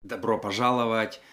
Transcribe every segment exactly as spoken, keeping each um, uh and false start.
Добро пожаловать!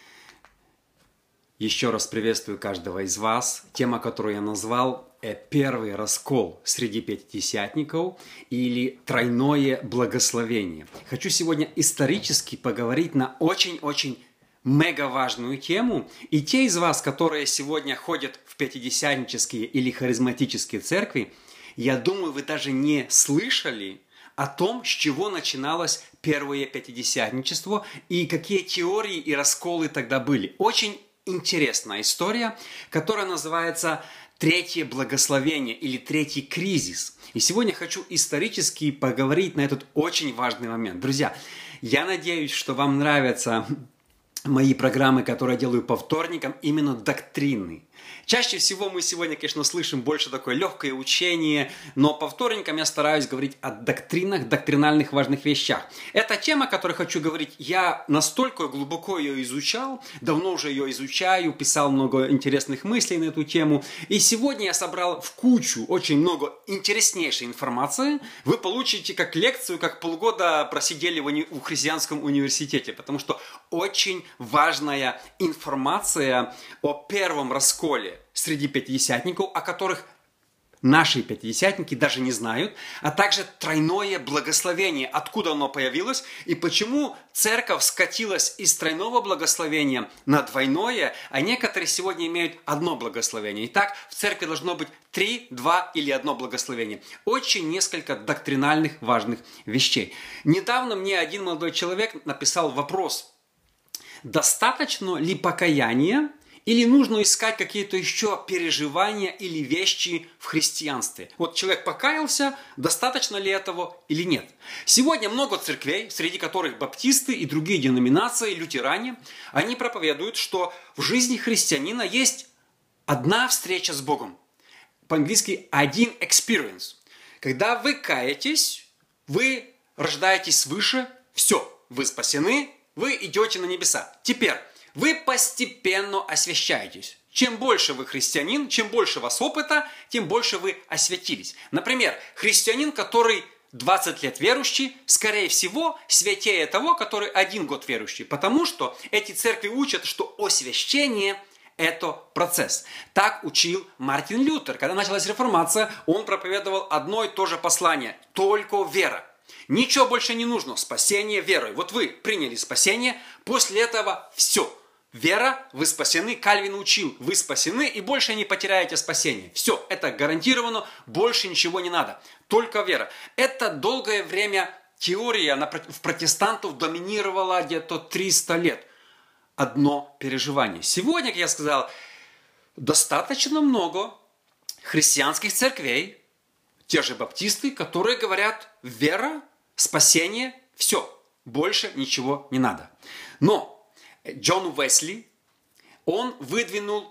Еще раз приветствую каждого из вас. Тема, которую я назвал, «Первый раскол среди пятидесятников» или «Тройное благословение». Хочу сегодня исторически поговорить на очень-очень мега важную тему. И те из вас, которые сегодня ходят в пятидесятнические или харизматические церкви, я думаю, вы даже не слышали о том, с чего начиналось первое пятидесятничество и какие теории и расколы тогда были. Очень интересная история, которая называется «Третье благословение» или «Третий кризис». И сегодня хочу исторически поговорить на этот очень важный момент. Друзья, я надеюсь, что вам нравятся мои программы, которые я делаю по вторникам, именно доктрины. Чаще всего мы сегодня, конечно, слышим больше такое легкое учение, но по вторникам я стараюсь говорить о доктринах, доктринальных важных вещах. Эта тема, о которой хочу говорить, я настолько глубоко ее изучал, давно уже ее изучаю, писал много интересных мыслей на эту тему. И сегодня я собрал в кучу очень много интереснейшей информации. Вы получите как лекцию, как полгода просидели в, уни... в христианском университете, потому что очень важная информация о первом расколе среди пятидесятников, о которых наши пятидесятники даже не знают, а также тройное благословение, откуда оно появилось и почему церковь скатилась из тройного благословения на двойное, а некоторые сегодня имеют одно благословение. Итак, в церкви должно быть три, два или одно благословение. Очень несколько доктринальных важных вещей. Недавно мне один молодой человек написал вопрос: достаточно ли покаяния, или нужно искать какие-то еще переживания или вещи в христианстве? Вот человек покаялся, достаточно ли этого или нет? Сегодня много церквей, среди которых баптисты и другие деноминации, лютеране, они проповедуют, что в жизни христианина есть одна встреча с Богом. По-английски один experience. Когда вы каетесь, вы рождаетесь свыше, все, вы спасены, вы идете на небеса. Теперь вы постепенно освящаетесь. Чем больше вы христианин, чем больше у вас опыта, тем больше вы освятились. Например, христианин, который двадцать лет верующий, скорее всего, святее того, который один год верующий. Потому что эти церкви учат, что освящение – это процесс. Так учил Мартин Лютер. Когда началась реформация, он проповедовал одно и то же послание – только вера. Ничего больше не нужно. Спасение верой. Вот вы приняли спасение, после этого все. Вера, вы спасены. Кальвин учил, вы спасены и больше не потеряете спасение. Все, это гарантировано, больше ничего не надо. Только вера. Это долгое время теория в протестантов доминировала где-то триста лет. Одно переживание. Сегодня, как я сказал, достаточно много христианских церквей, те же баптисты, которые говорят: вера, спасение, все, больше ничего не надо. Но Джон Уэсли, он выдвинул,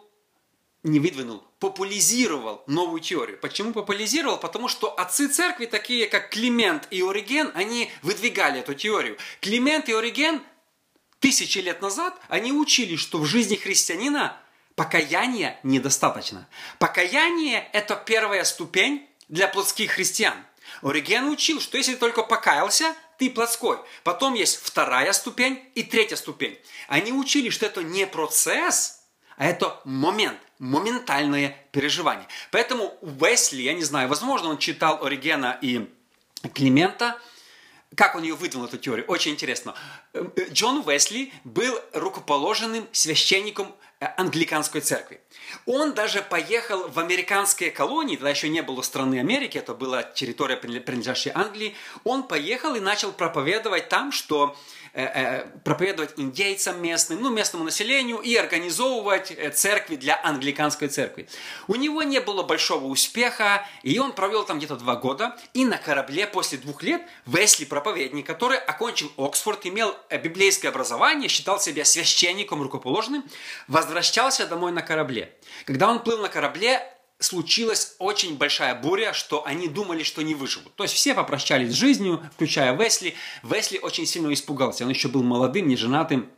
не выдвинул, популяризировал новую теорию. Почему популяризировал? Потому что отцы церкви, такие как Климент и Ориген, они выдвигали эту теорию. Климент и Ориген тысячи лет назад, они учили, что в жизни христианина покаяния недостаточно. Покаяние – это первая ступень для плотских христиан. Ориген учил, что если только покаялся, ты плотской. Потом есть вторая ступень и третья ступень. Они учили, что это не процесс, а это момент, моментальное переживание. Поэтому Уэсли, я не знаю, возможно, он читал Оригена и Климента. Как он ее выдвинул, эту теорию? Очень интересно. Джон Уэсли был рукоположенным священником англиканской церкви. Он даже поехал в американские колонии, тогда еще не было страны Америки, это была территория, принадлежащая Англии. Он поехал и начал проповедовать там, что э, э, проповедовать индейцам местным, ну, местному населению и организовывать церкви для англиканской церкви. У него не было большого успеха, и он провел там где-то два года, и на корабле после двух лет Уэсли, проповедник, который окончил Оксфорд, имел библейское образование, считал себя священником рукоположенным, возвращался домой на корабле. Когда он плыл на корабле, случилась очень большая буря, что они думали, что не выживут. То есть все попрощались с жизнью, включая Уэсли. Уэсли очень сильно испугался. Он еще был молодым, неженатым.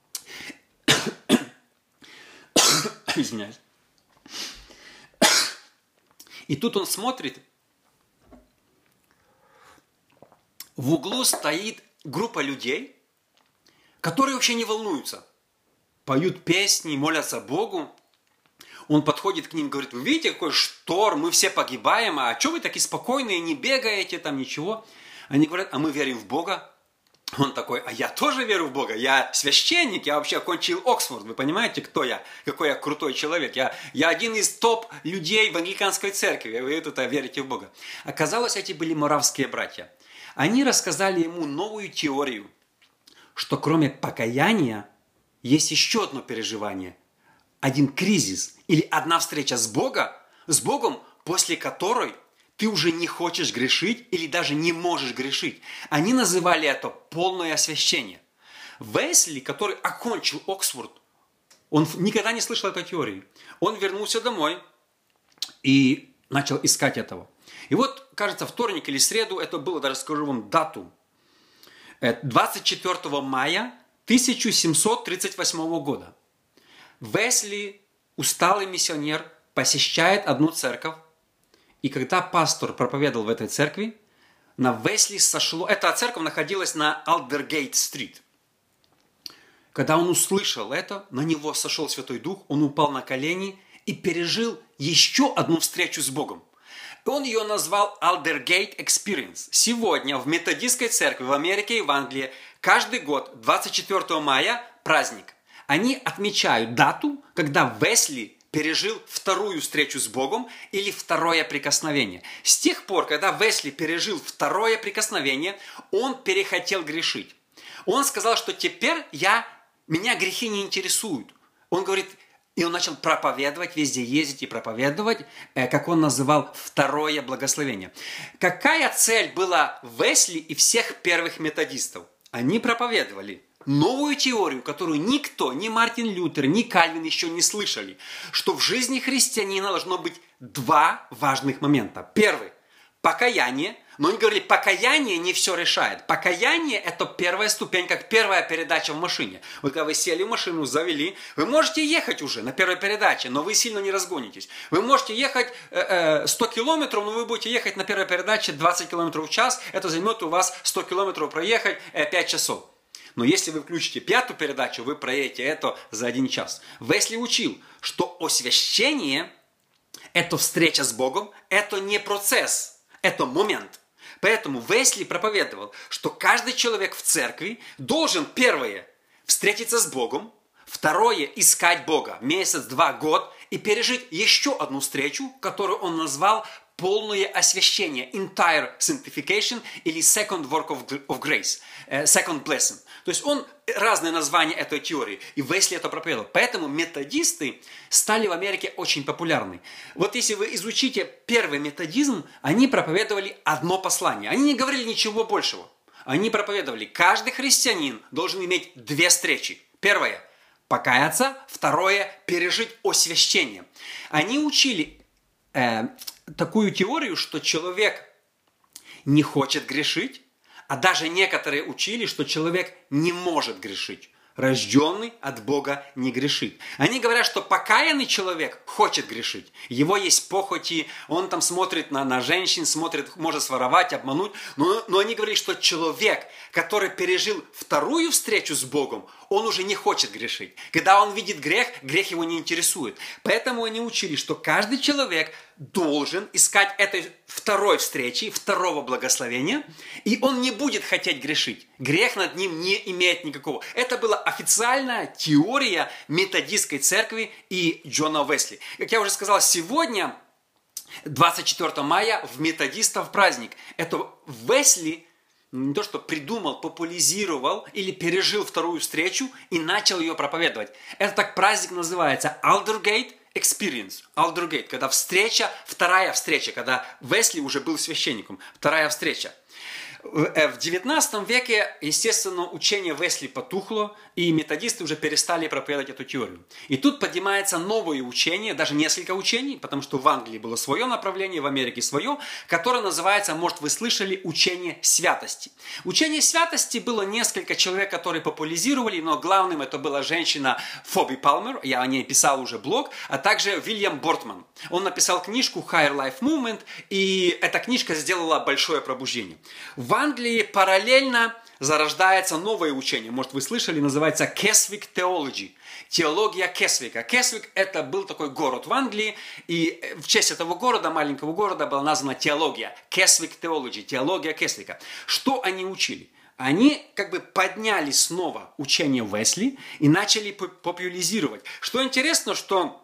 Извиняюсь. И тут он смотрит. В углу стоит группа людей, которые вообще не волнуются. Поют песни, молятся Богу. Он подходит к ним, говорит: вы видите, какой шторм, мы все погибаем, а что вы такие спокойные, не бегаете, там ничего? Они говорят: а мы верим в Бога. Он такой: а я тоже верю в Бога, я священник, я вообще окончил Оксфорд, вы понимаете, кто я, какой я крутой человек, я, я один из топ людей в англиканской церкви, вы тут верите в Бога. Оказалось, эти были моравские братья. Они рассказали ему новую теорию, что кроме покаяния есть еще одно переживание, один кризис или одна встреча с Богом, с Богом, после которой ты уже не хочешь грешить или даже не можешь грешить. Они называли это полное освящение. Весли, который окончил Оксфорд, он никогда не слышал этой теории. Он вернулся домой и начал искать этого. И вот, кажется, вторник или среду, это было, даже скажу вам дату, двадцать четвёртого мая тысяча семьсот тридцать восьмого года. Весли, усталый миссионер, посещает одну церковь. И когда пастор проповедовал в этой церкви, на Весли сошло... Эта церковь находилась на Алдергейт-стрит. Когда он услышал это, на него сошел Святой Дух, он упал на колени и пережил еще одну встречу с Богом. Он ее назвал Aldergate Experience. Сегодня в методистской церкви в Америке и в Англии каждый год двадцать четвёртого мая праздник. Они отмечают дату, когда Весли пережил вторую встречу с Богом или второе прикосновение. С тех пор, когда Весли пережил второе прикосновение, он перехотел грешить. Он сказал, что теперь я, меня грехи не интересуют. Он говорит, и он начал проповедовать, везде ездить и проповедовать, как он называл, второе благословение. Какая цель была Весли и всех первых методистов? Они проповедовали новую теорию, которую никто, ни Мартин Лютер, ни Кальвин еще не слышали, что в жизни христианина должно быть два важных момента. Первый – покаяние. Но они говорили, покаяние не все решает. Покаяние – это первая ступень, как первая передача в машине. Вот когда вы сели в машину, завели, вы можете ехать уже на первой передаче, но вы сильно не разгонитесь. Вы можете ехать сто километров, но вы будете ехать на первой передаче двадцать километров в час. Это займет у вас сто километров проехать пять часов. Но если вы включите пятую передачу, вы проедете это за один час. Весли учил, что освящение – это встреча с Богом, это не процесс, это момент. Поэтому Весли проповедовал, что каждый человек в церкви должен, первое, встретиться с Богом, второе, искать Бога месяц, два, год и пережить еще одну встречу, которую он назвал полное освящение, entire sanctification или second work of, of grace, second blessing. То есть он разные названия этой теории, и Весли это проповедовал. Поэтому методисты стали в Америке очень популярны. Вот если вы изучите первый методизм, они проповедовали одно послание. Они не говорили ничего большего. Они проповедовали, каждый христианин должен иметь две встречи. Первое – покаяться. Второе – пережить освящение. Они учили э, такую теорию, что человек не хочет грешить, а даже некоторые учили, что человек не может грешить. Рожденный от Бога не грешит. Они говорят, что покаянный человек хочет грешить. Его есть похоти, он там смотрит на, на женщин, смотрит, может своровать, обмануть. Но, но они говорили, что человек, который пережил вторую встречу с Богом, он уже не хочет грешить. Когда он видит грех, грех его не интересует. Поэтому они учили, что каждый человек должен искать этой второй встречи, второго благословения, и он не будет хотеть грешить. Грех над ним не имеет никакого. Это была официальная теория методистской церкви и Джона Весли. Как я уже сказал, сегодня, двадцать четвёртого мая, в методистов праздник. Это Весли не то, что придумал, популяризировал или пережил вторую встречу и начал ее проповедовать. Это так праздник называется Aldergate Experience. Aldergate, когда встреча, вторая встреча, когда Весли уже был священником. Вторая встреча. В девятнадцатом веке, естественно, учение Весли потухло, и методисты уже перестали проповедовать эту теорию. И тут поднимается новое учение, даже несколько учений, потому что в Англии было свое направление, в Америке свое, которое называется, может, вы слышали, учение святости. Учение святости было несколько человек, которые популяризировали, но главным это была женщина Фоби Палмер, я о ней писал уже блог, а также Вильям Бортман. Он написал книжку Higher Life Movement, и эта книжка сделала большое пробуждение. В Англии параллельно зарождается новое учение. Может, вы слышали, называется Keswick Theology. Теология Кесвика. Кесвик – это был такой город в Англии, и в честь этого города, маленького города, была названа теология. Keswick Theology, теология Кесвика. Что они учили? Они как бы подняли снова учение Уэсли и начали популяризировать. Что интересно, что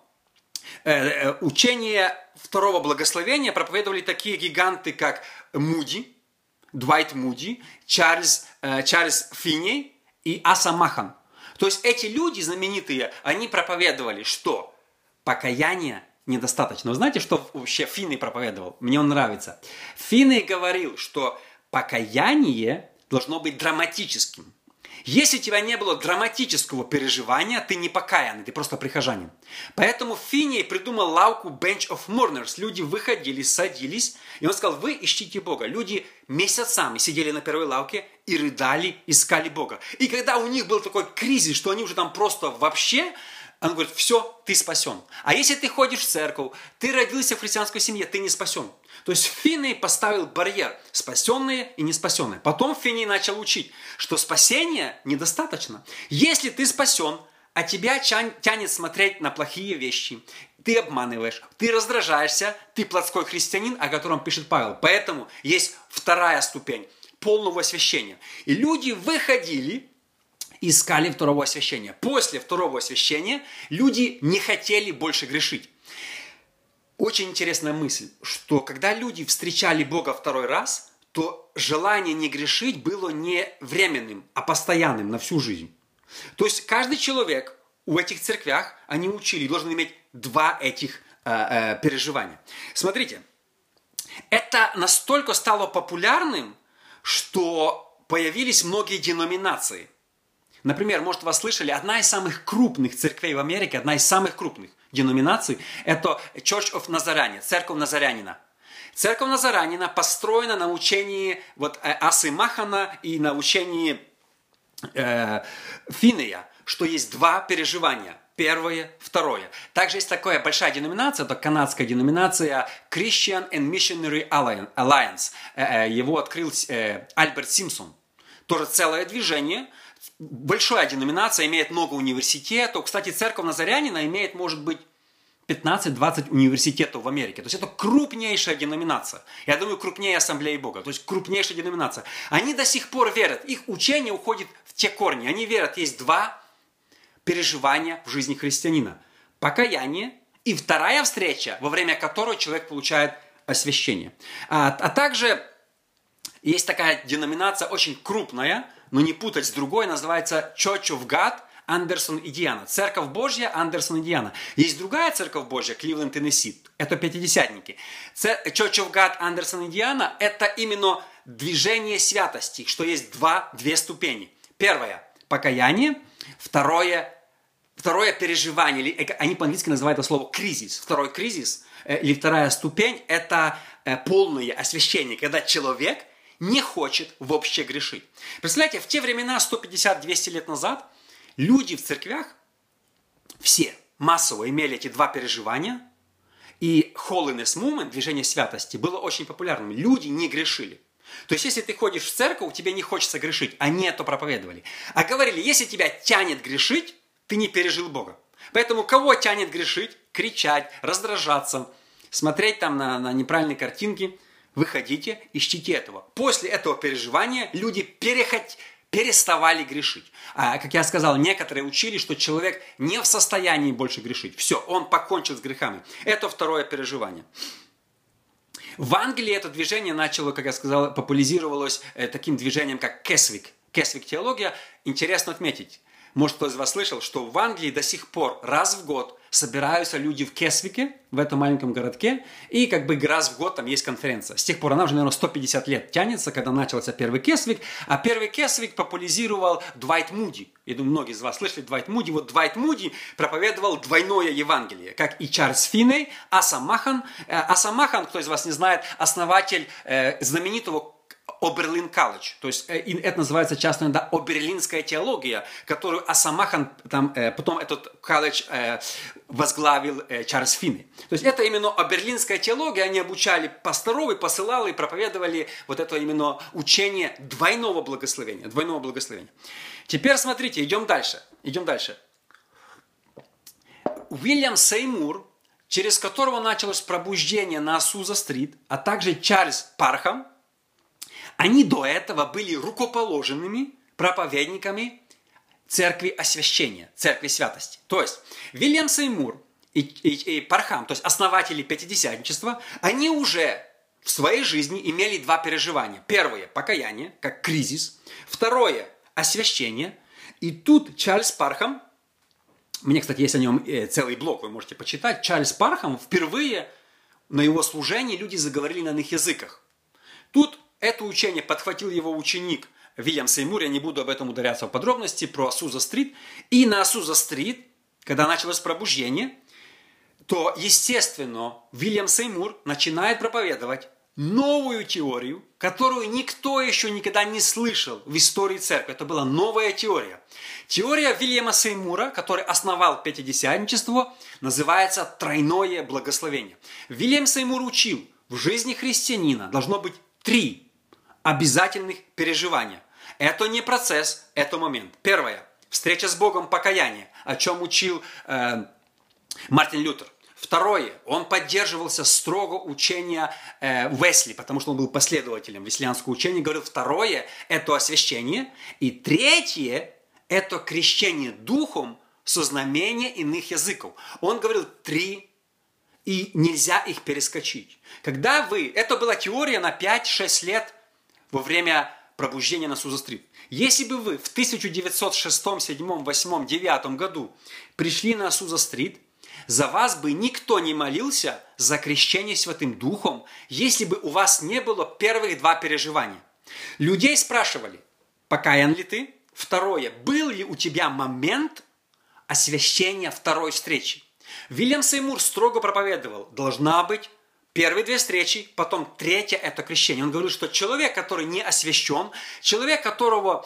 э, учение второго благословения проповедовали такие гиганты, как Муди, Двайт Муди, Чарльз, э, Чарльз Финней и Аса Махан. То есть эти люди знаменитые, они проповедовали, что покаяние недостаточно. Вы знаете, что вообще Финней проповедовал? Мне он нравится. Финней говорил, что покаяние должно быть драматическим. Если у тебя не было драматического переживания, ты не покаянный, ты просто прихожанин. Поэтому Финней придумал лавку Bench of Mourners. Люди выходили, садились, и он сказал, вы ищите Бога. Люди месяцами сидели на первой лавке и рыдали, искали Бога. И когда у них был такой кризис, что они уже там просто вообще... Он говорит, все, ты спасен. А если ты ходишь в церковь, ты родился в христианской семье, ты не спасен. То есть Финней поставил барьер, спасенные и не спасенные. Потом Финней начал учить, что спасения недостаточно. Если ты спасен, а тебя тянет смотреть на плохие вещи, ты обманываешь, ты раздражаешься, ты плотской христианин, о котором пишет Павел. Поэтому есть вторая ступень полного освящения. И люди выходили... искали второго освящения. После второго освящения люди не хотели больше грешить. Очень интересная мысль, что когда люди встречали Бога второй раз, то желание не грешить было не временным, а постоянным на всю жизнь. То есть каждый человек в этих церквях, они учили, должен иметь два этих э, э, переживания. Смотрите, это настолько стало популярным, что появились многие деноминации. Например, может, вы слышали, одна из самых крупных церквей в Америке, одна из самых крупных деноминаций, это Church of Nazarene, церковь Назарянина. Церковь Назарянина построена на учении вот, Асы Махана и на учении э, Финнея, что есть два переживания. Первое, второе. Также есть такая большая деноминация, это канадская деноминация Christian and Missionary Alliance. Его открыл э, Альберт Симпсон. Тоже целое движение. Большая деноминация, имеет много университетов. Кстати, церковь Назарянина имеет, может быть, пятнадцать-двадцать университетов в Америке. То есть это крупнейшая деноминация. Я думаю, крупнее Ассамблеи Бога. То есть крупнейшая деноминация. Они до сих пор верят. Их учение уходит в те корни. Они верят, есть два переживания в жизни христианина. Покаяние и вторая встреча, во время которой человек получает освящение. А, а также есть такая деноминация очень крупная, но не путать с другой, называется Church of God, Андерсон, Индиана. Церковь Божья, Андерсон, Индиана. Есть другая церковь Божья, Кливленд, Теннесси. Это пятидесятники. Church of God, Андерсон, Индиана – это именно движение святости, что есть два, две ступени. Первое – покаяние. Второе, второе переживание, или, они по-английски называют это слово кризис. Второй кризис, или вторая ступень – это полное освящение, когда человек не хочет вообще грешить. Представляете, в те времена, сто пятьдесят - двести лет назад, люди в церквях, все массово имели эти два переживания, и holiness movement, движение святости, было очень популярным. Люди не грешили. То есть, если ты ходишь в церковь, тебе не хочется грешить. Они это проповедовали. А говорили, если тебя тянет грешить, ты не пережил Бога. Поэтому кого тянет грешить? Кричать, раздражаться, смотреть там на, на неправильные картинки. Выходите, ищите этого. После этого переживания люди переход... переставали грешить. А, как я сказал, некоторые учили, что человек не в состоянии больше грешить. Все, он покончил с грехами. Это второе переживание. В Англии это движение начало, как я сказал, популяризировалось э, таким движением, как Кесвик. Кесвик теология. Интересно отметить. Может, кто из вас слышал, что в Англии до сих пор раз в год собираются люди в Кесвике, в этом маленьком городке, и как бы раз в год там есть конференция. С тех пор она уже, наверное, сто пятьдесят лет тянется, когда начался первый Кесвик, а первый Кесвик популяризировал Двайт Муди. Я думаю, многие из вас слышали Двайт Муди. Вот Двайт Муди проповедовал двойное Евангелие, как и Чарльз Финней, Аса Махан. Аса Махан, кто из вас не знает, основатель э, знаменитого Оберлин колледж. То есть это называется часто иногда оберлинская теология, которую Асамахан, там, потом этот колледж возглавил Чарльз Финни. То есть это именно оберлинская теология, они обучали пасторов и посылали и проповедовали вот это именно учение двойного благословения. Двойного благословения. Теперь смотрите, идем дальше. Идем дальше. Уильям Сеймур, через которого началось пробуждение на Азуза-стрит, а также Чарльз Пархам, они до этого были рукоположенными проповедниками церкви освящения, церкви святости. То есть Уильям Сеймур и, и, и Пархам, то есть основатели пятидесятничества, они уже в своей жизни имели два переживания. Первое – покаяние, как кризис. Второе – освящение. И тут Чарльз Пархам, у меня, кстати, есть о нем целый блог, вы можете почитать. Чарльз Пархам впервые на его служении люди заговорили на иных языках. Тут это учение подхватил его ученик Уильям Сеймур, я не буду об этом ударяться в подробности, про Азуза-стрит. И на Азуза-стрит, когда началось пробуждение, то, естественно, Уильям Сеймур начинает проповедовать новую теорию, которую никто еще никогда не слышал в истории церкви. Это была новая теория. Теория Уильяма Сеймура, который основал пятидесятничество, называется тройное благословение. Уильям Сеймур учил, в жизни христианина должно быть три обязательных переживания. Это не процесс, это момент. Первое. Встреча с Богом, покаяние, о чем учил э, Мартин Лютер. Второе. Он поддерживался строго учения э, Уэсли, потому что он был последователем веслианского учения. Говорил, второе – это освящение. И третье – это крещение духом со знамения иных языков. Он говорил три, и нельзя их перескочить. Когда вы… Это была теория на пять-шесть лет во время пробуждения на Азуза-стрит. Если бы вы в тысяча девятьсот шестом, седьмом, восьмом, девятом году пришли на Азуза-стрит, за вас бы никто не молился за крещение Святым Духом, если бы у вас не было первых два переживания. Людей спрашивали, покаян ли ты? Второе, был ли у тебя момент освящения второй встречи? Уильям Сеймур строго проповедовал, должна быть первые две встречи, потом третья – это крещение. Он говорил, что человек, который не освящен, человек, которого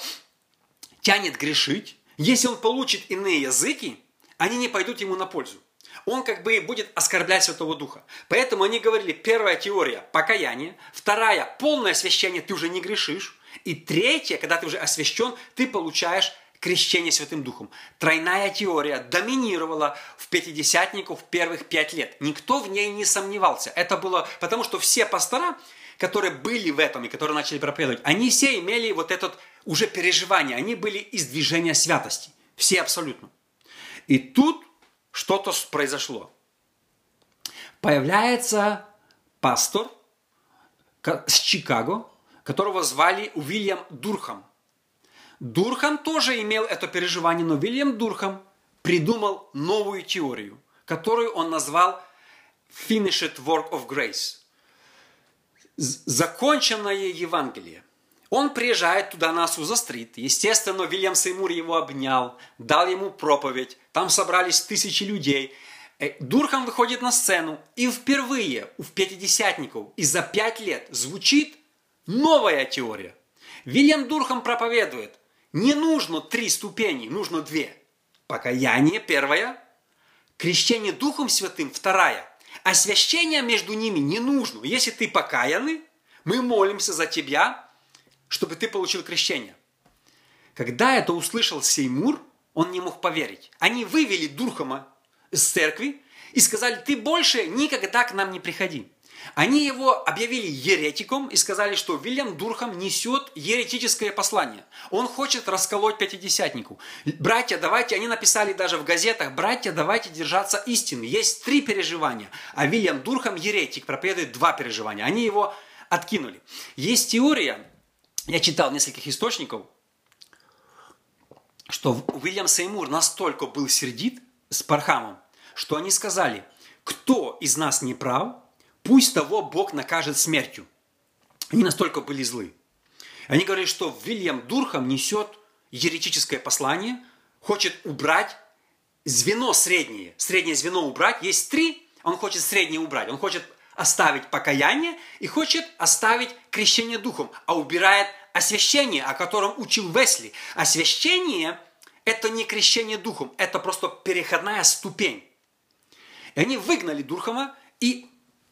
тянет грешить, если он получит иные языки, они не пойдут ему на пользу. Он как бы будет оскорблять Святого Духа. Поэтому они говорили, первая теория – покаяние, вторая – полное освящение, ты уже не грешишь, и третья, когда ты уже освящен, ты получаешь крещение Святым Духом. Тройная теория доминировала в пятидесятников первых пять лет. Никто в ней не сомневался. Это было потому, что все пастора, которые были в этом и которые начали проповедовать, они все имели вот это уже переживание. Они были из движения святости. Все абсолютно. И тут что-то произошло. Появляется пастор с Чикаго, которого звали Уильям Дурхам. Дурхам тоже имел это переживание, но Уильям Дурхам придумал новую теорию, которую он назвал Finished Work of Grace. Законченное Евангелие. Он приезжает туда на Азуза-стрит. Естественно, Уильям Сеймур его обнял, дал ему проповедь. Там собрались тысячи людей. Дурхам выходит на сцену, и впервые у пятидесятников и за пять лет звучит новая теория. Уильям Дурхам проповедует, не нужно три ступени, нужно две. Покаяние первая, крещение Духом Святым вторая. Освящение между ними не нужно. Если ты покаянный, мы молимся за тебя, чтобы ты получил крещение. Когда это услышал Сеймур, он не мог поверить. Они вывели Дурхама из церкви и сказали, ты больше никогда к нам не приходи. Они его объявили еретиком и сказали, что Уильям Дурхам несет еретическое послание. Он хочет расколоть пятидесятников. Братья, давайте, они написали даже в газетах, братья, давайте держаться истины. Есть три переживания, а Уильям Дурхам еретик, проповедует два переживания. Они его откинули. Есть теория, я читал в нескольких источников, что Уильям Сеймур настолько был сердит с Пархамом, что они сказали, кто из нас не прав, пусть того Бог накажет смертью. Они настолько были злы. Они говорили, что Уильям Дурхам несет еретическое послание, хочет убрать звено среднее. Среднее звено убрать. Есть три, он хочет среднее убрать. Он хочет оставить покаяние и хочет оставить крещение духом, а убирает освящение, о котором учил Весли. Освящение – это не крещение духом, это просто переходная ступень. И они выгнали Дурхама и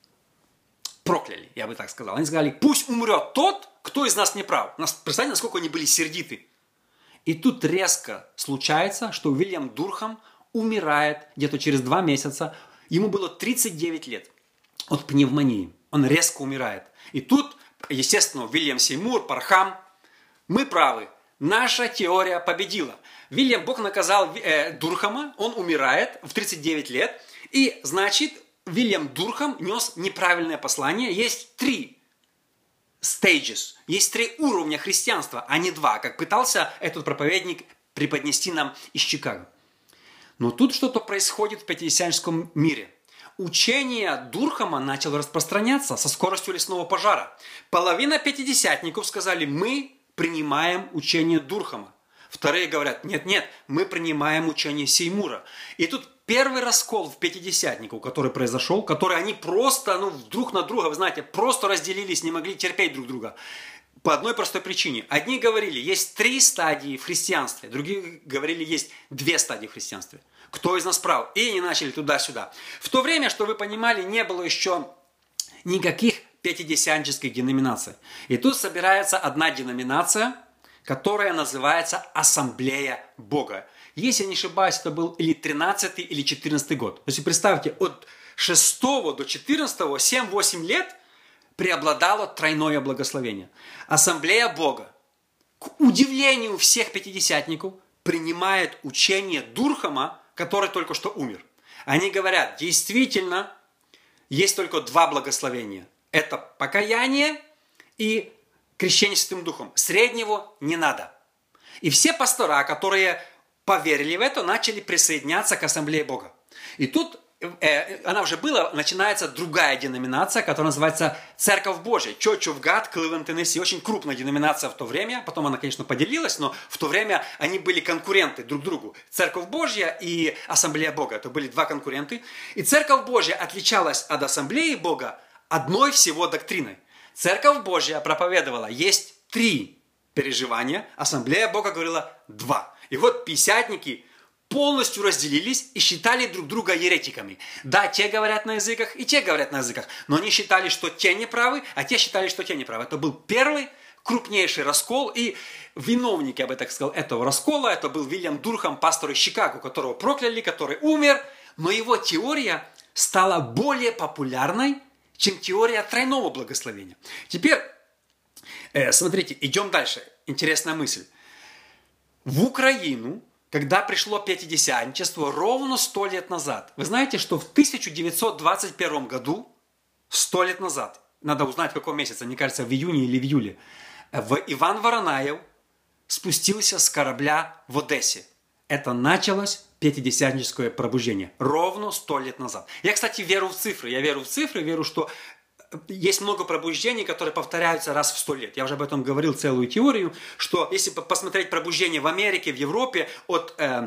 прокляли, я бы так сказал. Они сказали, пусть умрет тот, кто из нас не прав. Представьте, насколько они были сердиты. И тут резко случается, что Уильям Дурхам умирает где-то через два месяца. Ему было тридцать девять лет от пневмонии. Он резко умирает. И тут, естественно, Уильям Сеймур, Пархам, мы правы. Наша теория победила. Вильям, Бог наказал э, Дурхама, он умирает в тридцать девять лет. И, значит, Вильям Дурхам нес неправильное послание. Есть три stages, есть три уровня христианства, а не два, как пытался этот проповедник преподнести нам из Чикаго. Но тут что-то происходит в пятидесятническом мире. Учение Дурхама начало распространяться со скоростью лесного пожара. Половина пятидесятников сказали, мы принимаем учение Дурхама. Вторые говорят, нет-нет, мы принимаем учение Сеймура. И тут первый раскол в пятидесятников, который произошел, который они просто, ну, друг на друга, вы знаете, просто разделились, не могли терпеть друг друга. По одной простой причине. Одни говорили, есть три стадии в христианстве, другие говорили, есть две стадии в христианстве. Кто из нас прав? И они начали туда-сюда. В то время, что вы понимали, не было еще никаких пятидесятнических деноминаций. И тут собирается одна деноминация, которая называется Ассамблея Бога. Если я не ошибаюсь, это был или тринадцатый, или четырнадцатый год. То есть, представьте, от шестого до четырнадцатого, семь-восемь лет преобладало тройное благословение. Ассамблея Бога, к удивлению всех пятидесятников, принимает учение Дурхама, который только что умер. Они говорят, действительно, есть только два благословения. Это покаяние и крещение Святым Духом. Среднего не надо. И все пастора, которые поверили в это, начали присоединяться к Ассамблее Бога. И тут, э, она уже была, начинается другая деноминация, которая называется Церковь Божья. Church of God, Кливленд, Теннесси. Очень крупная деноминация в то время. Потом она, конечно, поделилась, но в то время они были конкуренты друг другу. Церковь Божья и Ассамблея Бога. Это были два конкуренты. И Церковь Божья отличалась от Ассамблеи Бога одной всего доктриной. Церковь Божья проповедовала, есть три переживания, Ассамблея Бога говорила два. И вот пятидесятники полностью разделились и считали друг друга еретиками. Да, те говорят на языках, и те говорят на языках, но они считали, что те неправы, а те считали, что те неправы. Это был первый крупнейший раскол, и виновник, я бы так сказал, этого раскола, это был Вильям Дурхам, пастор из Чикаго, которого прокляли, который умер, но его теория стала более популярной, чем теория тройного благословения. Теперь, э, смотрите, идем дальше. Интересная мысль. В Украину, когда пришло пятидесятничество, ровно сто лет назад. Вы знаете, что в тысяча девятьсот двадцать первом году, сто лет назад, надо узнать, в каком месяце, мне кажется, в июне или в июле, в Иван Воронаев спустился с корабля в Одессе. Это началось пятидесятническое пробуждение. Ровно сто лет назад. Я, кстати, верю в цифры. Я верю в цифры, верю, что есть много пробуждений, которые повторяются раз в сто лет. Я уже об этом говорил целую теорию, что если посмотреть пробуждение в Америке, в Европе, от э,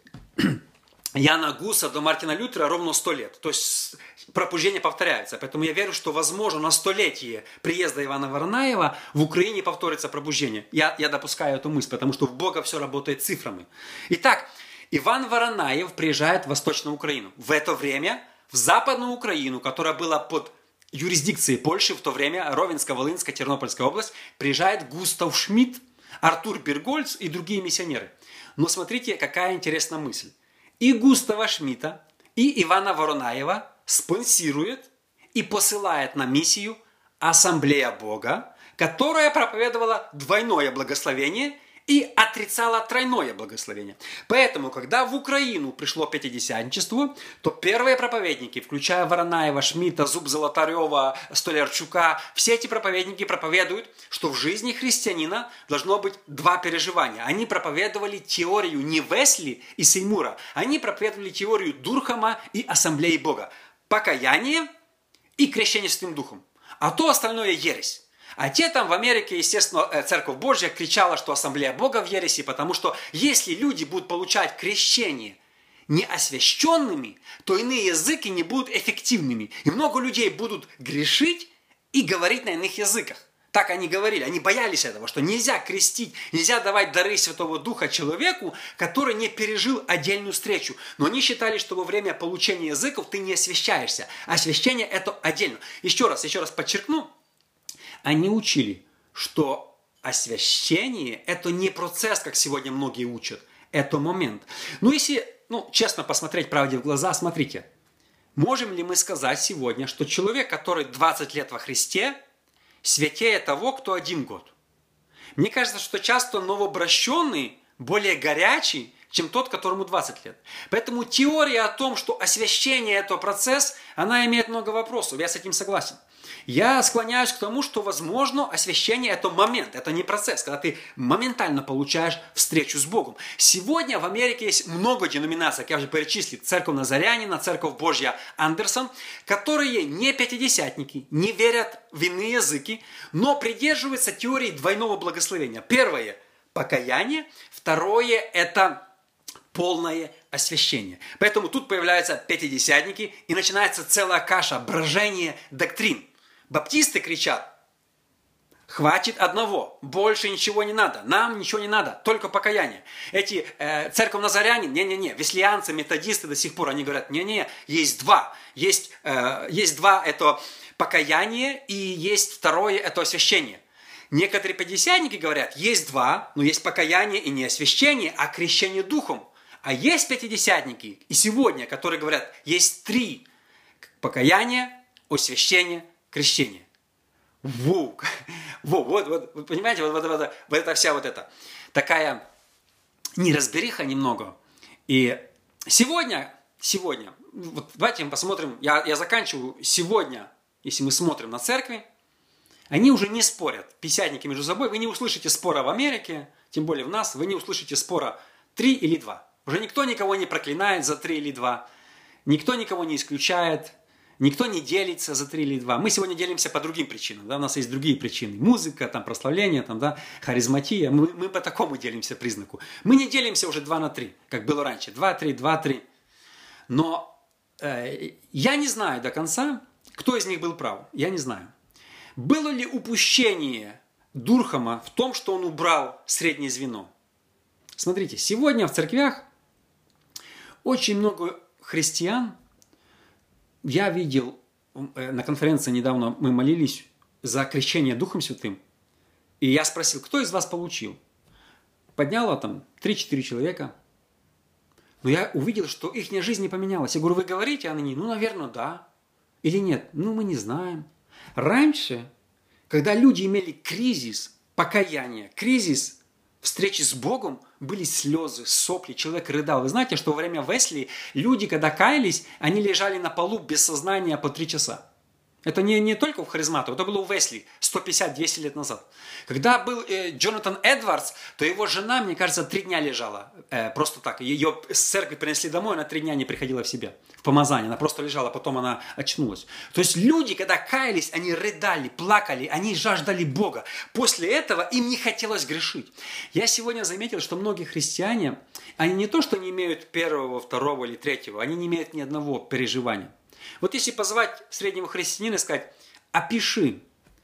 Яна Гуса до Мартина Лютера ровно сто лет. То есть пробуждение повторяется. Поэтому я верю, что, возможно, на столетие приезда Ивана Воронаева в Украине повторится пробуждение. Я, я допускаю эту мысль, потому что в Бога все работает цифрами. Итак, Иван Воронаев приезжает в Восточную Украину. В это время в Западную Украину, которая была под юрисдикцией Польши в то время, Ровенская, Волынская, Тернопольская область, приезжает Густав Шмидт, Артур Бергольц и другие миссионеры. Но смотрите, какая интересная мысль. И Густава Шмидта, и Ивана Воронаева спонсирует и посылает на миссию Ассамблея Бога, которая проповедовала двойное благословение и отрицала тройное благословение. Поэтому, когда в Украину пришло пятидесятничество, то первые проповедники, включая Воронаева, Шмидта, Зуб-Золотарева, Столярчука, все эти проповедники проповедуют, что в жизни христианина должно быть два переживания. Они проповедовали теорию не Весли и Сеймура, они проповедовали теорию Дурхама и Ассамблеи Бога. Покаяние и крещение Святым Духом. А то остальное ересь. А те там в Америке, естественно, Церковь Божья кричала, что Ассамблея Бога в ереси, потому что если люди будут получать крещение не освященными, то иные языки не будут эффективными. И много людей будут грешить и говорить на иных языках. Так они говорили, они боялись этого, что нельзя крестить, нельзя давать дары Святого Духа человеку, который не пережил отдельную встречу. Но они считали, что во время получения языков ты не освящаешься. Освящение – это отдельно. Еще раз, еще раз подчеркну, они учили, что освящение – это не процесс, как сегодня многие учат, это момент. Но если, ну, честно посмотреть правде в глаза, смотрите, можем ли мы сказать сегодня, что человек, который двадцать лет во Христе, святее того, кто один год? Мне кажется, что часто новообращенный более горячий, чем тот, которому двадцать лет. Поэтому теория о том, что освящение – это процесс, она имеет много вопросов. Я с этим согласен. Я склоняюсь к тому, что, возможно, освящение – это момент, это не процесс, когда ты моментально получаешь встречу с Богом. Сегодня в Америке есть много деноминаций, как я уже перечислил, Церковь Назарянина, Церковь Божья Андерсон, которые не пятидесятники, не верят в иные языки, но придерживаются теории двойного благословения. Первое – покаяние, второе – это полное освящение. Поэтому тут появляются пятидесятники, и начинается целая каша, брожение доктрин. Баптисты кричат: хватит одного, больше ничего не надо, нам ничего не надо, только покаяние. Эти э, церковь Назарянин, не-не-не, веслианцы, методисты до сих пор, они говорят: не-не, есть два, есть, э, есть два, это покаяние, и есть второе, это освящение. Некоторые пятидесятники говорят: есть два, но есть покаяние и не освящение, а крещение духом. А есть пятидесятники и сегодня, которые говорят: есть три: покаяние, освящение, крещение. Во, во, вот, вот, вы понимаете, вот, вот, вот, вот это вся вот эта такая неразбериха немного. И сегодня, сегодня, вот давайте мы посмотрим, я, я заканчиваю сегодня, если мы смотрим на церкви, они уже не спорят, пятидесятники между собой, вы не услышите спора в Америке, тем более в нас, вы не услышите спора три или два. Уже никто никого не проклинает за три или два, никто никого не исключает, никто не делится за три или два. Мы сегодня делимся по другим причинам, да? У нас есть другие причины. Музыка, там, прославление, там, да? Харизматия. Мы, мы по такому делимся признаку. Мы не делимся уже два на три, как было раньше. два, три, два, три. Но э, я не знаю до конца, кто из них был прав. Я не знаю. Было ли упущение Дурхама в том, что он убрал среднее звено? Смотрите, сегодня в церквях очень много христиан. Я видел на конференции недавно, мы молились за крещение Духом Святым. И я спросил: кто из вас получил? Подняло там три-четыре человека. Но я увидел, что их жизнь не поменялась. Я говорю: вы говорите? А они: ну, наверное, да. Или нет? Ну, мы не знаем. Раньше, когда люди имели кризис покаяния, кризис встречи с Богом, были слезы, сопли, человек рыдал. Вы знаете, что во время Весли люди, когда каялись, они лежали на полу без сознания по три часа. Это не, не только у харизматов, это было у Весли сто пятьдесят - двести лет назад. Когда был э, Джонатан Эдвардс, то его жена, мне кажется, три дня лежала. Э, просто так. Ее с церкви принесли домой, она три дня не приходила в себя. В помазание. Она просто лежала, потом она очнулась. То есть люди, когда каялись, они рыдали, плакали, они жаждали Бога. После этого им не хотелось грешить. Я сегодня заметил, что многие христиане, они не то, что не имеют первого, второго или третьего, они не имеют ни одного переживания. Вот если позвать среднего христианина и сказать: опиши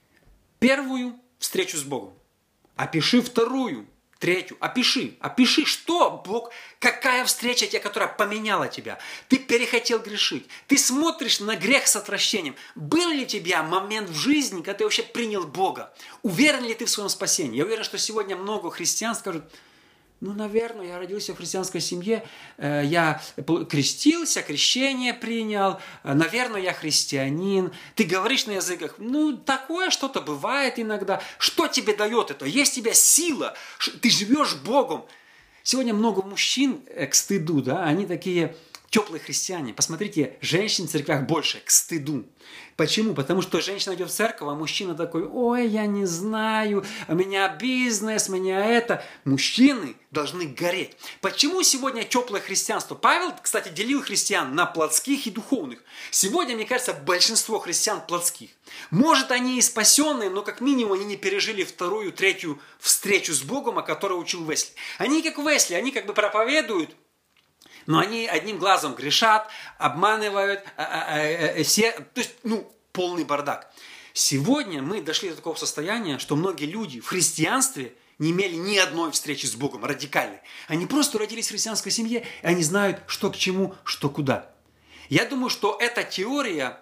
первую встречу с Богом, опиши вторую, третью, опиши, опиши, что Бог, какая встреча тебя, которая поменяла тебя. Ты перехотел грешить, ты смотришь на грех с отвращением. Был ли у тебя момент в жизни, когда ты вообще принял Бога? Уверен ли ты в своем спасении? Я уверен, что сегодня много христиан скажут: ну, наверное, я родился в христианской семье, я крестился, крещение принял, наверное, я христианин. Ты говоришь на языках, ну, такое что-то бывает иногда. Что тебе дает это? Есть у тебя сила, ты живешь Богом. Сегодня много мужчин, к стыду, да, они такие теплые христиане. Посмотрите, женщин в церквях больше, к стыду. Почему? Потому что женщина идет в церковь, а мужчина такой: ой, я не знаю, у меня бизнес, у меня это. Мужчины должны гореть. Почему сегодня теплое христианство? Павел, кстати, делил христиан на плотских и духовных. Сегодня, мне кажется, большинство христиан плотских. Может, они и спасенные, но как минимум они не пережили вторую, третью встречу с Богом, о которой учил Весли. Они как Весли, они как бы проповедуют, Но они одним глазом грешат, обманывают, а, а, а, все, то есть, ну, полный бардак. Сегодня мы дошли до такого состояния, что многие люди в христианстве не имели ни одной встречи с Богом радикальной. Они просто родились в христианской семье, и они знают, что к чему, что куда. Я думаю, что эта теория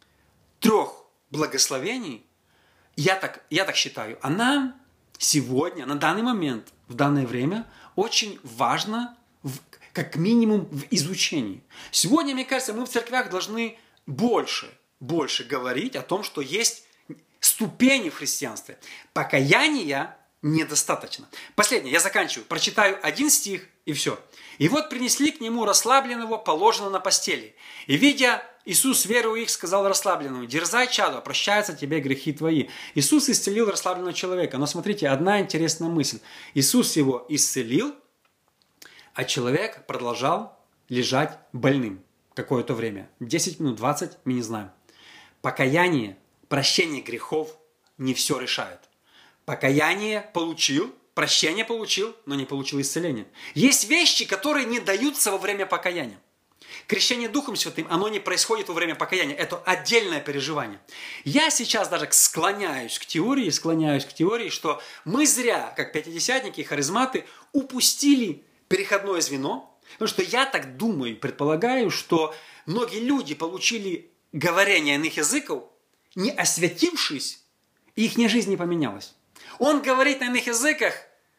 трех благословений, я так, я так считаю, она сегодня, на данный момент, в данное время, очень важна, в, как минимум, в изучении. Сегодня, мне кажется, мы в церквях должны больше, больше говорить о том, что есть ступени в христианстве. Покаяния недостаточно. Последнее, я заканчиваю. Прочитаю один стих, и все. «И вот принесли к нему расслабленного, положенного на постели. И, видя Иисус, веруя их, сказал расслабленному: дерзай, чадо, прощаются тебе грехи твои». Иисус исцелил расслабленного человека. Но смотрите, одна интересная мысль. Иисус его исцелил, а человек продолжал лежать больным какое-то время. десять минут, двадцать, мы не знаем. Покаяние, прощение грехов не все решает. Покаяние получил, прощение получил, но не получил исцеления. Есть вещи, которые не даются во время покаяния. Крещение Духом Святым, оно не происходит во время покаяния. Это отдельное переживание. Я сейчас даже склоняюсь к теории, склоняюсь к теории, что мы зря, как пятидесятники и харизматы, упустили переходное звено. Потому что я так думаю, предполагаю, что многие люди получили говорение иных языков, не освятившись, и их жизнь не поменялась. Он говорит на иных языках,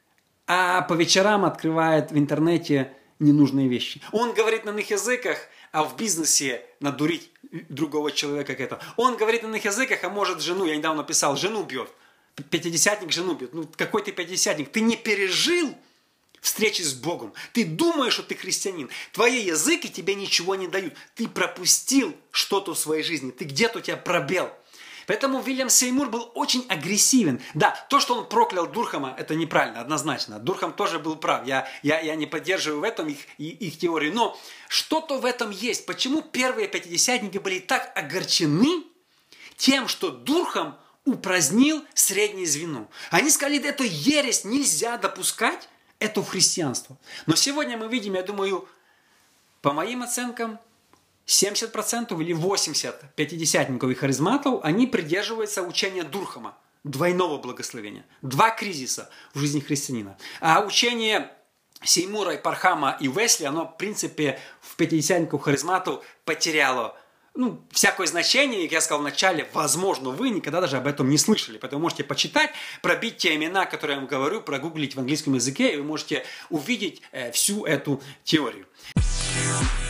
а по вечерам открывает в интернете ненужные вещи. Он говорит на иных языках, а в бизнесе надурить другого человека к этому. Он говорит на иных языках, а может жену, я недавно писал, жену бьет. Пятидесятник жену бьет. Ну какой ты пятидесятник? Ты не пережил встречи с Богом. Ты думаешь, что ты христианин. Твои языки тебе ничего не дают. Ты пропустил что-то в своей жизни. Ты где-то у тебя пробел. Поэтому Вильям Сеймур был очень агрессивен. Да, то, что он проклял Дурхама, это неправильно, однозначно. Дурхам тоже был прав. Я, я, я не поддерживаю в этом их, их теорию. Но что-то в этом есть. Почему первые пятидесятники были так огорчены тем, что Дурхам упразднил среднее звено? Они сказали, это ересь, нельзя допускать это в христианство. Но сегодня мы видим, я думаю, по моим оценкам, семьдесят процентов или восемьдесят процентов пятидесятников и харизматов, они придерживаются учения Дурхама, двойного благословения. Два кризиса в жизни христианина. А учение Сеймура, и Пархама и Уэсли, оно, в принципе, в пятидесятников харизматов потеряло ну, всякое значение. Как я сказал вначале, возможно, вы никогда даже об этом не слышали. Поэтому можете почитать, пробить те имена, которые я вам говорю, прогуглить в английском языке, и вы можете увидеть э, всю эту теорию.